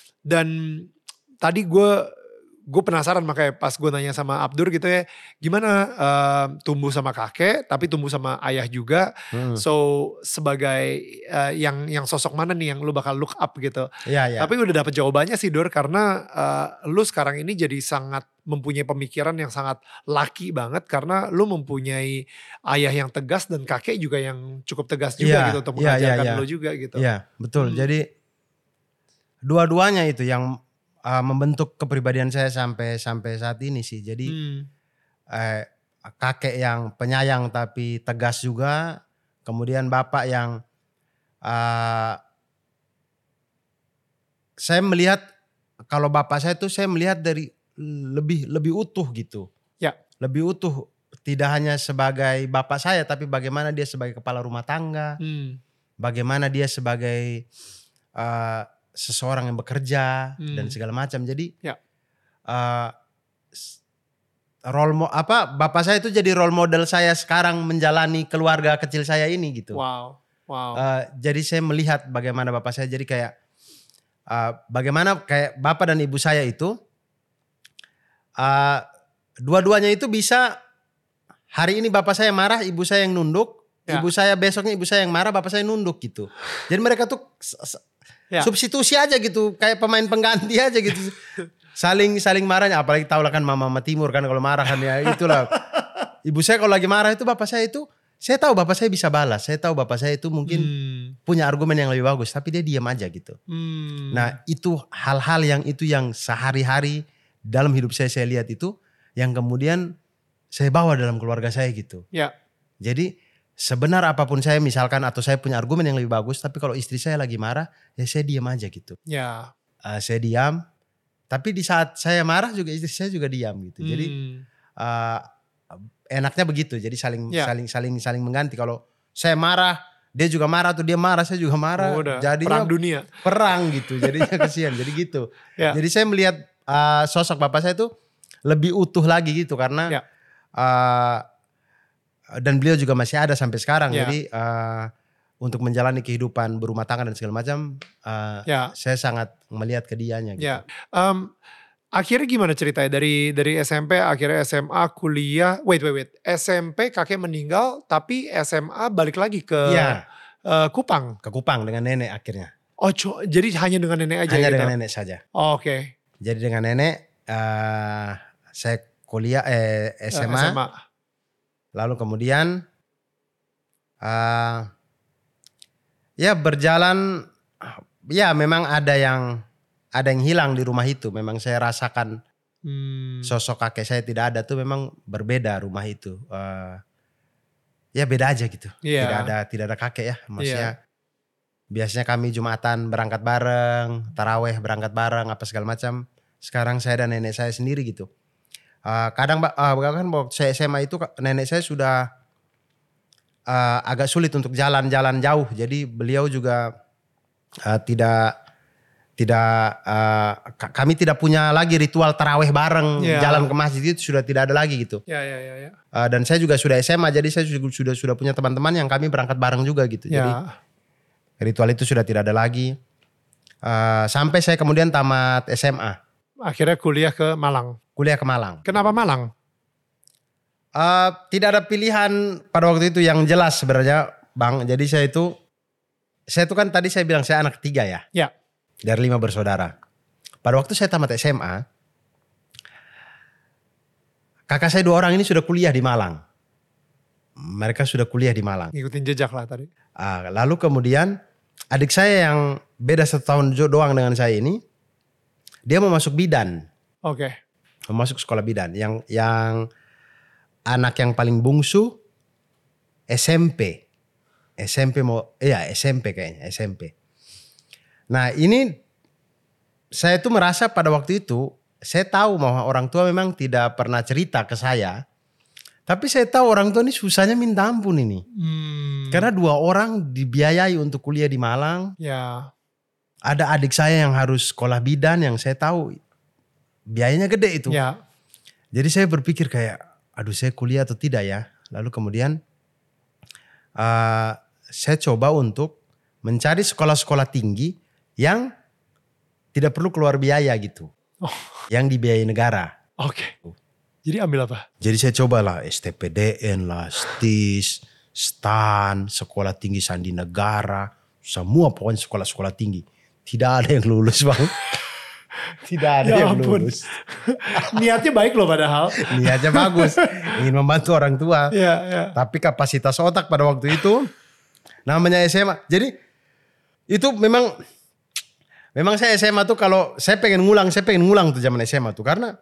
Dan tadi gue gue penasaran, makanya pas gue nanya sama Abdur gitu ya, gimana uh, tumbuh sama kakek tapi tumbuh sama ayah juga. Hmm. So sebagai uh, yang yang sosok mana nih yang lu bakal look up gitu. Iya, iya. Tapi udah dapet jawabannya sih Dur, karena uh, lu sekarang ini jadi sangat mempunyai pemikiran yang sangat laki banget, karena lu mempunyai ayah yang tegas dan kakek juga yang cukup tegas juga Iya, gitu untuk iya, iya, mengajarkan iya. lu juga gitu. Iya, betul. Hmm. Jadi dua-duanya itu yang uh, membentuk kepribadian saya sampai sampai saat ini sih. Jadi Hmm. eh, kakek yang penyayang tapi tegas juga, kemudian bapak yang uh, saya melihat, kalau bapak saya tuh saya melihat dari lebih lebih utuh gitu. Ya. Lebih utuh, tidak hanya sebagai bapak saya tapi bagaimana dia sebagai kepala rumah tangga, Hmm. bagaimana dia sebagai uh, seseorang yang bekerja Hmm. dan segala macam. Jadi Ya. uh, role mo apa bapak saya itu jadi role model saya sekarang menjalani keluarga kecil saya ini gitu. Wow, wow. Uh, jadi saya melihat bagaimana bapak saya, jadi kayak uh, bagaimana kayak bapak dan ibu saya itu uh, dua-duanya itu bisa, hari ini bapak saya marah, ibu saya yang nunduk, Ya. ibu saya besoknya ibu saya yang marah, bapak saya nunduk gitu. Jadi mereka tuh Ya. substitusi aja gitu, kayak pemain pengganti aja gitu. Saling saling marahnya, apalagi tau lah kan mama-mama timur kan kalau marah kan ya itulah. Ibu saya kalau lagi marah itu bapak saya itu, saya tahu bapak saya bisa balas, saya tahu bapak saya itu mungkin Hmm. punya argumen yang lebih bagus, tapi dia diam aja gitu. Hmm. Nah itu hal-hal yang itu yang sehari-hari dalam hidup saya saya lihat itu, yang kemudian saya bawa dalam keluarga saya gitu. Ya. Jadi sebenar apapun saya misalkan, atau saya punya argumen yang lebih bagus, tapi kalau istri saya lagi marah, ya saya diam aja gitu. Ya. Uh, saya diam, tapi di saat saya marah juga istri saya juga diam gitu. Jadi Hmm. uh, enaknya begitu. Jadi saling Ya. saling saling saling mengganti. Kalau saya marah, dia juga marah, atau dia marah, saya juga marah. Oh, udah Jadinya perang dunia. perang gitu. Jadinya kasihan. Jadi gitu. Ya. Jadi saya melihat uh, sosok bapak saya itu lebih utuh lagi gitu, karena Ya. uh, dan beliau juga masih ada sampai sekarang. Ya. Jadi uh, untuk menjalani kehidupan berumah tangga dan segala macam, uh, Ya. saya sangat melihat ke dianya gitu. Ya. Um, Akhirnya gimana ceritanya dari dari S M P akhirnya S M A kuliah. Wait wait wait. S M P kakek meninggal tapi S M A balik lagi ke Iya, uh, Kupang. ke Kupang dengan nenek akhirnya. Oh co- jadi hanya dengan nenek aja Hanya gitu. dengan nenek saja. Oh, oke. Okay. Jadi dengan nenek uh, saya kuliah eh, S M A, Uh, S M A. lalu kemudian uh, ya berjalan, ya memang ada yang ada yang hilang di rumah itu. Memang saya rasakan Hmm. sosok kakek saya tidak ada tuh, memang berbeda rumah itu. Uh, ya beda aja gitu. Yeah. Tidak ada tidak ada kakek ya. Maksudnya Yeah. biasanya kami Jumatan berangkat bareng, taraweh berangkat bareng, apa segala macam. Sekarang saya dan nenek saya sendiri gitu. Uh, kadang uh, kan waktu saya S M A itu nenek saya sudah uh, agak sulit untuk jalan-jalan jauh. Jadi beliau juga uh, tidak tidak uh, kami tidak punya lagi ritual taraweh bareng, Yeah. jalan ke masjid itu sudah tidak ada lagi gitu. Ya ya ya ya. Uh, dan saya juga sudah S M A, jadi saya sudah sudah, sudah punya teman-teman yang kami berangkat bareng juga gitu. Ya. Jadi ritual itu sudah tidak ada lagi. Uh, sampai saya kemudian tamat S M A. Akhirnya kuliah ke Malang. Kuliah ke Malang. Kenapa Malang? Uh, tidak ada pilihan pada waktu itu yang jelas sebenarnya Bang. Jadi saya itu, saya itu kan tadi saya bilang saya anak ketiga ya. Ya. Dari lima bersaudara. Pada waktu saya tamat S M A, kakak saya dua orang ini sudah kuliah di Malang. Mereka sudah kuliah di Malang. Ngikutin jejak lah tadi. Uh, lalu kemudian adik saya yang beda satu tahun doang dengan saya ini, dia mau masuk bidan. Oke. Okay. Mau masuk sekolah bidan. Yang yang anak yang paling bungsu S M P. S M P mau, iya S M P kayaknya, S M P. Nah ini saya tuh merasa pada waktu itu, saya tahu bahwa orang tua memang tidak pernah cerita ke saya. Tapi saya tahu orang tua ini susahnya minta ampun ini. Hmm. Karena dua orang dibiayai untuk kuliah di Malang. Ya. Ada adik saya yang harus sekolah bidan yang saya tahu biayanya gede itu. Ya. Jadi saya berpikir kayak, aduh saya kuliah atau tidak ya. Lalu kemudian uh, saya coba untuk mencari sekolah-sekolah tinggi yang tidak perlu keluar biaya gitu. Oh. Yang dibiayai negara. Oke. Okay. Jadi ambil apa? Jadi saya cobalah S T P D N lah, S T I S, STAN, Sekolah Tinggi Sandi Negara. Semua pokoknya sekolah-sekolah tinggi. Tidak ada yang lulus Bang. Tidak ada Ya yang ampun. lulus. Niatnya baik loh padahal. Niatnya bagus. Ingin membantu orang tua. Ya, ya. Tapi kapasitas otak pada waktu itu namanya S M A. Jadi itu memang memang saya S M A tuh kalau saya pengen ngulang, saya pengen ngulang tuh zaman S M A tuh. Karena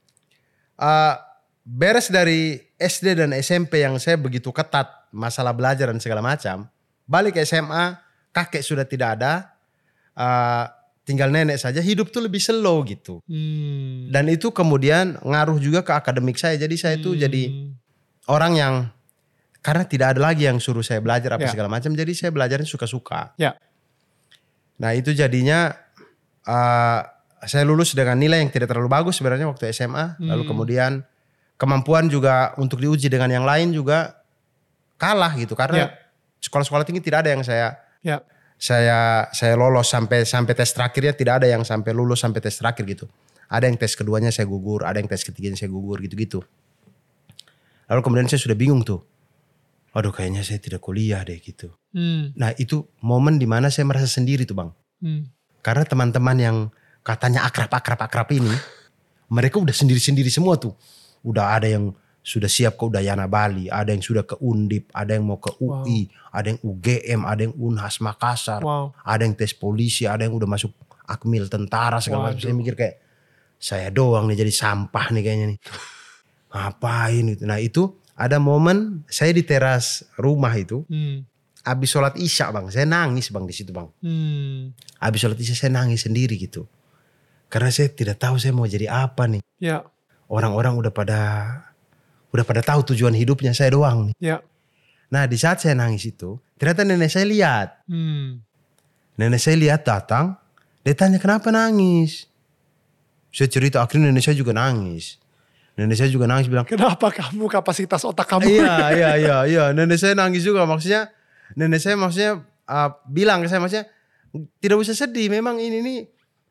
uh, beres dari S D dan S M P yang saya begitu ketat masalah belajar dan segala macam. Balik ke S M A, kakek sudah tidak ada. Uh, tinggal nenek saja, hidup tuh lebih slow gitu. Hmm. Dan itu kemudian ngaruh juga ke akademik saya. Jadi saya tuh Hmm. jadi orang yang, karena tidak ada lagi yang suruh saya belajar apa Ya. segala macam. Jadi saya belajarnya suka-suka. Ya. Nah itu jadinya uh, saya lulus dengan nilai yang tidak terlalu bagus sebenarnya waktu S M A. Hmm. Lalu kemudian kemampuan juga untuk diuji dengan yang lain juga kalah gitu. Karena Ya. sekolah-sekolah tinggi tidak ada yang saya... Ya. Saya saya lolos sampai sampai tes terakhirnya, tidak ada yang sampai lulus sampai tes terakhir gitu. Ada yang tes keduanya saya gugur, ada yang tes ketiganya saya gugur gitu-gitu. Lalu kemudian saya sudah bingung tuh. Aduh kayaknya saya tidak kuliah deh gitu. Hmm. Nah itu momen dimana saya merasa sendiri tuh Bang. Hmm. Karena teman-teman yang katanya akrab-akrab-akrab ini, mereka udah sendiri-sendiri semua tuh. Udah ada yang sudah siap ke Udayana Bali, ada yang sudah ke Undip, ada yang mau ke U I, wow. Ada yang U G M, ada yang Unhas Makassar, Wow. Ada yang tes polisi, ada yang udah masuk Akmil tentara segala macam. Saya mikir kayak saya doang nih jadi sampah nih kayaknya nih. Ngapain itu? Nah itu ada momen saya di teras rumah itu, Hmm. abis sholat isya Bang, saya nangis Bang di situ Bang. Hmm. Abis sholat isya saya nangis sendiri gitu. Karena saya tidak tahu saya mau jadi apa nih. Ya. Orang-orang udah pada udah pada tahu tujuan hidupnya, saya doang nih. Ya. Nah di saat saya nangis itu, ternyata nenek saya lihat. Hmm. Nenek saya lihat datang, dia tanya kenapa nangis. Saya cerita, akhirnya nenek saya juga nangis. Nenek saya juga nangis bilang, Kenapa kamu kapasitas otak kamu? iya iya iya iya. Nenek saya nangis juga, maksudnya nenek saya maksudnya uh, bilang ke saya, maksudnya tidak usah sedih, memang ini nih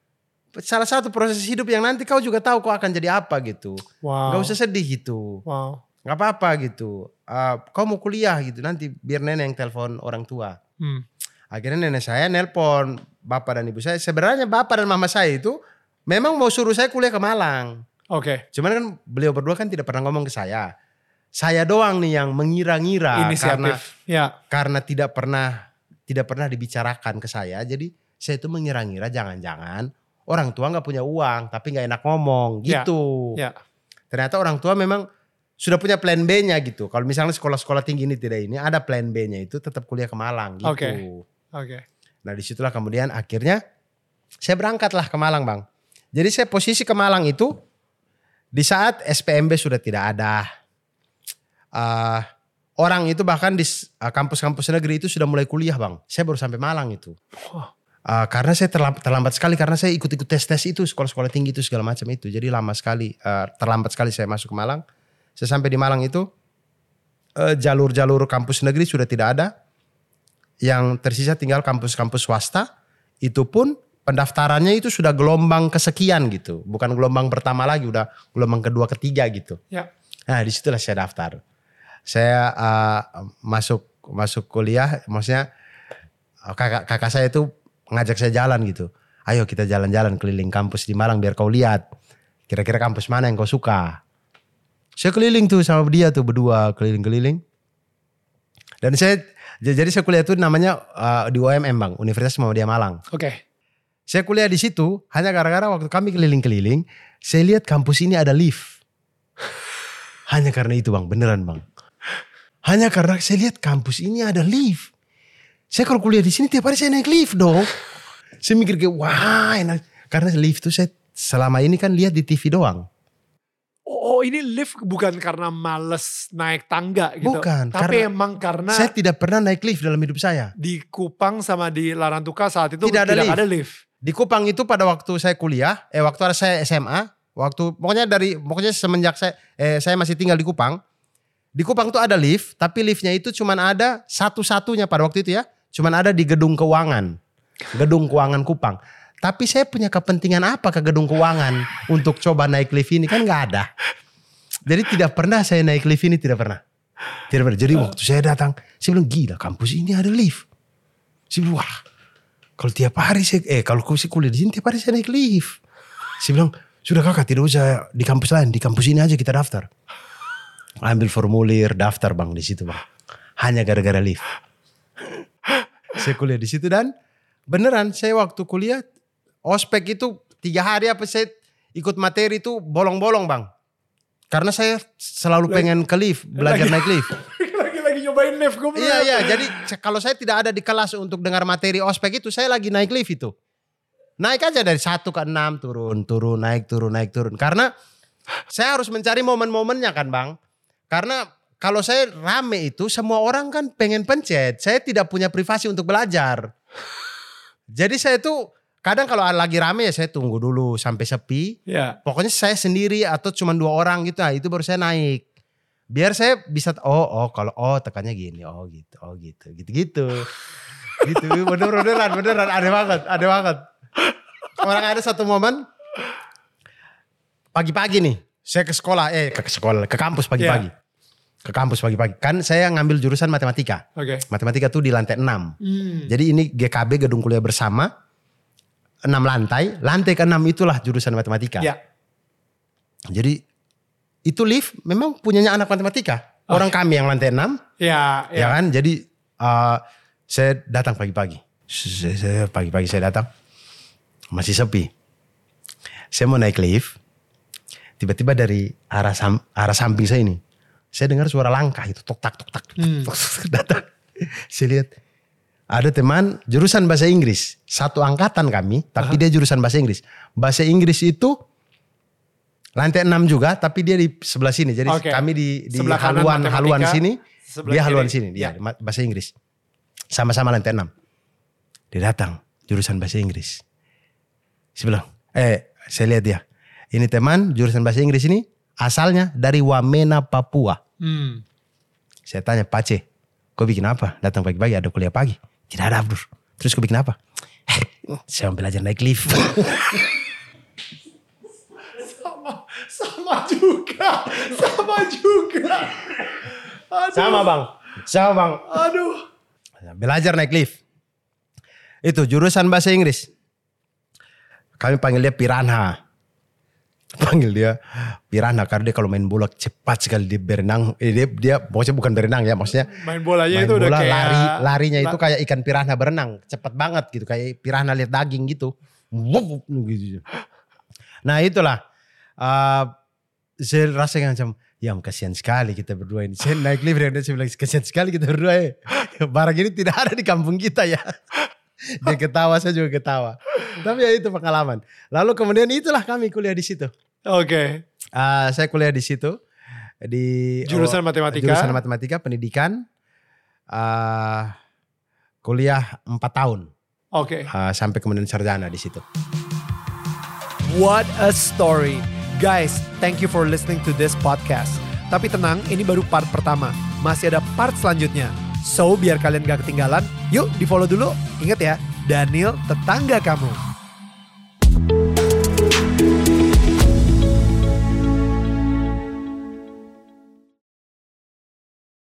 salah satu proses hidup yang nanti kau juga tahu kau akan jadi apa gitu. Wow. Gak usah sedih gitu. Wow. Gak apa-apa gitu. Uh, kau mau kuliah gitu, nanti biar nenek yang telepon orang tua. Hmm. Akhirnya nenek saya nelpon bapak dan ibu saya. Sebenarnya bapak dan mama saya itu memang mau suruh saya kuliah ke Malang. Oke. Okay. Cuman kan beliau berdua kan tidak pernah ngomong ke saya. Saya doang nih yang mengira-ngira karena ya. karena tidak pernah tidak pernah dibicarakan ke saya. Jadi saya itu mengira-ngira jangan-jangan orang tua nggak punya uang tapi nggak enak ngomong gitu. Ya. Ya. Ternyata orang tua memang sudah punya plan B-nya gitu. Kalau misalnya sekolah-sekolah tinggi ini tidak ini ada plan B-nya itu tetap kuliah ke Malang gitu. Oke. Okay. Oke. Okay. Nah disitulah kemudian akhirnya saya berangkatlah ke Malang bang. Jadi saya posisi ke Malang itu di saat S P M B sudah tidak ada. Uh, orang itu bahkan di uh, kampus-kampus negeri itu sudah mulai kuliah bang. Saya baru sampai Malang itu. Uh, karena saya terlambat, terlambat sekali karena saya ikut-ikut tes-tes itu sekolah-sekolah tinggi itu segala macam itu. Jadi lama sekali, uh, terlambat sekali saya masuk ke Malang. Saya sampai di Malang itu uh, jalur-jalur kampus negeri sudah tidak ada. Yang tersisa tinggal kampus-kampus swasta. Itu pun pendaftarannya itu sudah gelombang kesekian gitu. Bukan gelombang pertama lagi, udah gelombang kedua, ketiga gitu. Ya. Nah disitulah saya daftar. Saya uh, masuk masuk kuliah, maksudnya kakak kakak saya itu ngajak saya jalan gitu. Ayo kita jalan-jalan keliling kampus di Malang biar kau lihat kira-kira kampus mana yang kau suka. Saya keliling tuh sama dia tuh berdua keliling-keliling. Dan saya jadi saya kuliah tuh namanya uh, di U M M bang, Universitas Muhammadiyah Malang. Oke. Okay. Saya kuliah di situ hanya gara-gara waktu kami keliling-keliling, saya lihat kampus ini ada lift. Hanya karena itu bang, beneran bang. Hanya karena saya lihat kampus ini ada lift. Saya kalau kuliah di sini tiap hari saya naik lift dong. Saya mikir kayak wah enak. Karena lift tuh saya selama ini kan lihat di T V doang. Oh ini lift bukan karena males naik tangga gitu. Bukan. Tapi emang karena. Saya tidak pernah naik lift dalam hidup saya. Di Kupang sama di Larantuka saat itu tidak, tidak ada, lift. ada lift. Di Kupang itu pada waktu saya kuliah, eh waktu saya S M A. Waktu pokoknya dari pokoknya semenjak saya eh, saya masih tinggal di Kupang. Di Kupang tuh ada lift, tapi liftnya itu cuman ada satu-satunya pada waktu itu ya. Cuman ada di gedung keuangan. Gedung keuangan Kupang. Tapi saya punya kepentingan apa ke gedung keuangan untuk coba naik lift ini? Kan gak ada. Jadi tidak pernah saya naik lift ini, tidak pernah. Tidak pernah. Jadi waktu saya datang, saya bilang gila kampus ini ada lift. Saya bilang wah kalau tiap hari saya, eh kalau saya kuliah di sini tiap hari saya naik lift. Saya bilang sudah kakak tidak usah di kampus lain, di kampus ini aja kita daftar. Ambil formulir daftar bang di situ bang. Hanya gara-gara lift. Saya kuliah di situ dan beneran saya waktu kuliah ospek itu tiga hari apa saya ikut materi itu bolong-bolong bang. Karena saya selalu lagi, pengen ke lift, belajar lagi, naik lift. Lagi-lagi nyobain lift gue. Iya iya. Jadi kalau saya tidak ada di kelas untuk dengar materi ospek itu saya lagi naik lift itu. Naik aja dari satu ke enam turun turun naik turun naik turun. Karena saya harus mencari momen-momennya kan bang. Karena kalau saya rame itu semua orang kan pengen pencet. Saya tidak punya privasi untuk belajar. Jadi saya tuh kadang kalau lagi rame ya saya tunggu dulu sampai sepi. Ya. Pokoknya saya sendiri atau cuma dua orang gitu. Nah, itu baru saya naik. Biar saya bisa oh oh kalau oh tekannya gini. Oh gitu. Oh gitu. Gitu-gitu. Gitu. Bener-beneran beneran aneh banget. Aneh banget. Orang ada satu momen pagi-pagi nih. Saya ke sekolah eh ke sekolah ke kampus pagi-pagi. Yeah. Ke kampus pagi-pagi. Kan saya ngambil jurusan matematika. Okay. Matematika tuh di lantai enam. Hmm. Jadi ini G K B gedung kuliah bersama. enam lantai. Lantai ke enam itulah jurusan matematika. Yeah. Jadi itu lift memang punyanya anak matematika. Oh. Orang kami yang lantai enam. Ya, yeah, yeah. Ya kan. Jadi uh, saya datang pagi-pagi. Saya, saya pagi-pagi saya datang. Masih sepi. Saya mau naik lift. Tiba-tiba dari arah sam, arah samping saya ini. Saya dengar suara langkah itu tok tak tok tak tok, hmm. tok, tok, datang. Saya lihat ada teman jurusan bahasa Inggris, satu angkatan kami, tapi uh-huh. dia jurusan bahasa Inggris. Bahasa Inggris itu lantai enam juga, tapi dia di sebelah sini. Jadi okay. kami di, di haluan haluan sini, dia haluan kiri. Sini, dia ya. Bahasa Inggris. Sama-sama lantai enam. Dia datang jurusan bahasa Inggris. Saya bilang, eh saya lihat dia. Ini teman jurusan bahasa Inggris ini asalnya dari Wamena, Papua. Hmm. Saya tanya, Pace, kau bikin apa? Datang pagi-pagi ada kuliah pagi. Tidak ada Abdur. Terus kau bikin apa? Eh, saya mau belajar naik lift. juga. Aduh. Sama bang, sama bang. Aduh. Belajar naik lift. Itu jurusan bahasa Inggris. Kami panggil dia piranha. Panggil dia piranha karena dia kalau main bola cepat sekali dia berenang. Eh, dia, dia maksudnya bukan berenang ya, maksudnya main bolanya main itu bola, udah kayak lari, larinya itu kayak ikan piranha berenang, cepat banget gitu, kayak piranha lihat daging gitu. Wup, gitu. Nah itulah, uh, saya rasa macam, ya kasihan sekali kita berdua ini. Saya naik lift dan saya bilang kasihan sekali kita berdua ya. Barang ini tidak ada di kampung kita ya. Dia ketawa, saya juga ketawa. Tapi ya itu pengalaman. Lalu kemudian itulah kami kuliah di situ. Oke. Okay. Uh, saya kuliah di situ di jurusan oh, matematika. Jurusan matematika, pendidikan. Uh, kuliah empat tahun. Oke. Okay. Uh, sampai kemudian sarjana di situ. What a story. Guys, thank you for listening to this podcast. Tapi tenang, ini baru part pertama. Masih ada part selanjutnya. So, biar kalian gak ketinggalan, yuk di follow dulu. Ingat ya, Daniel tetangga kamu.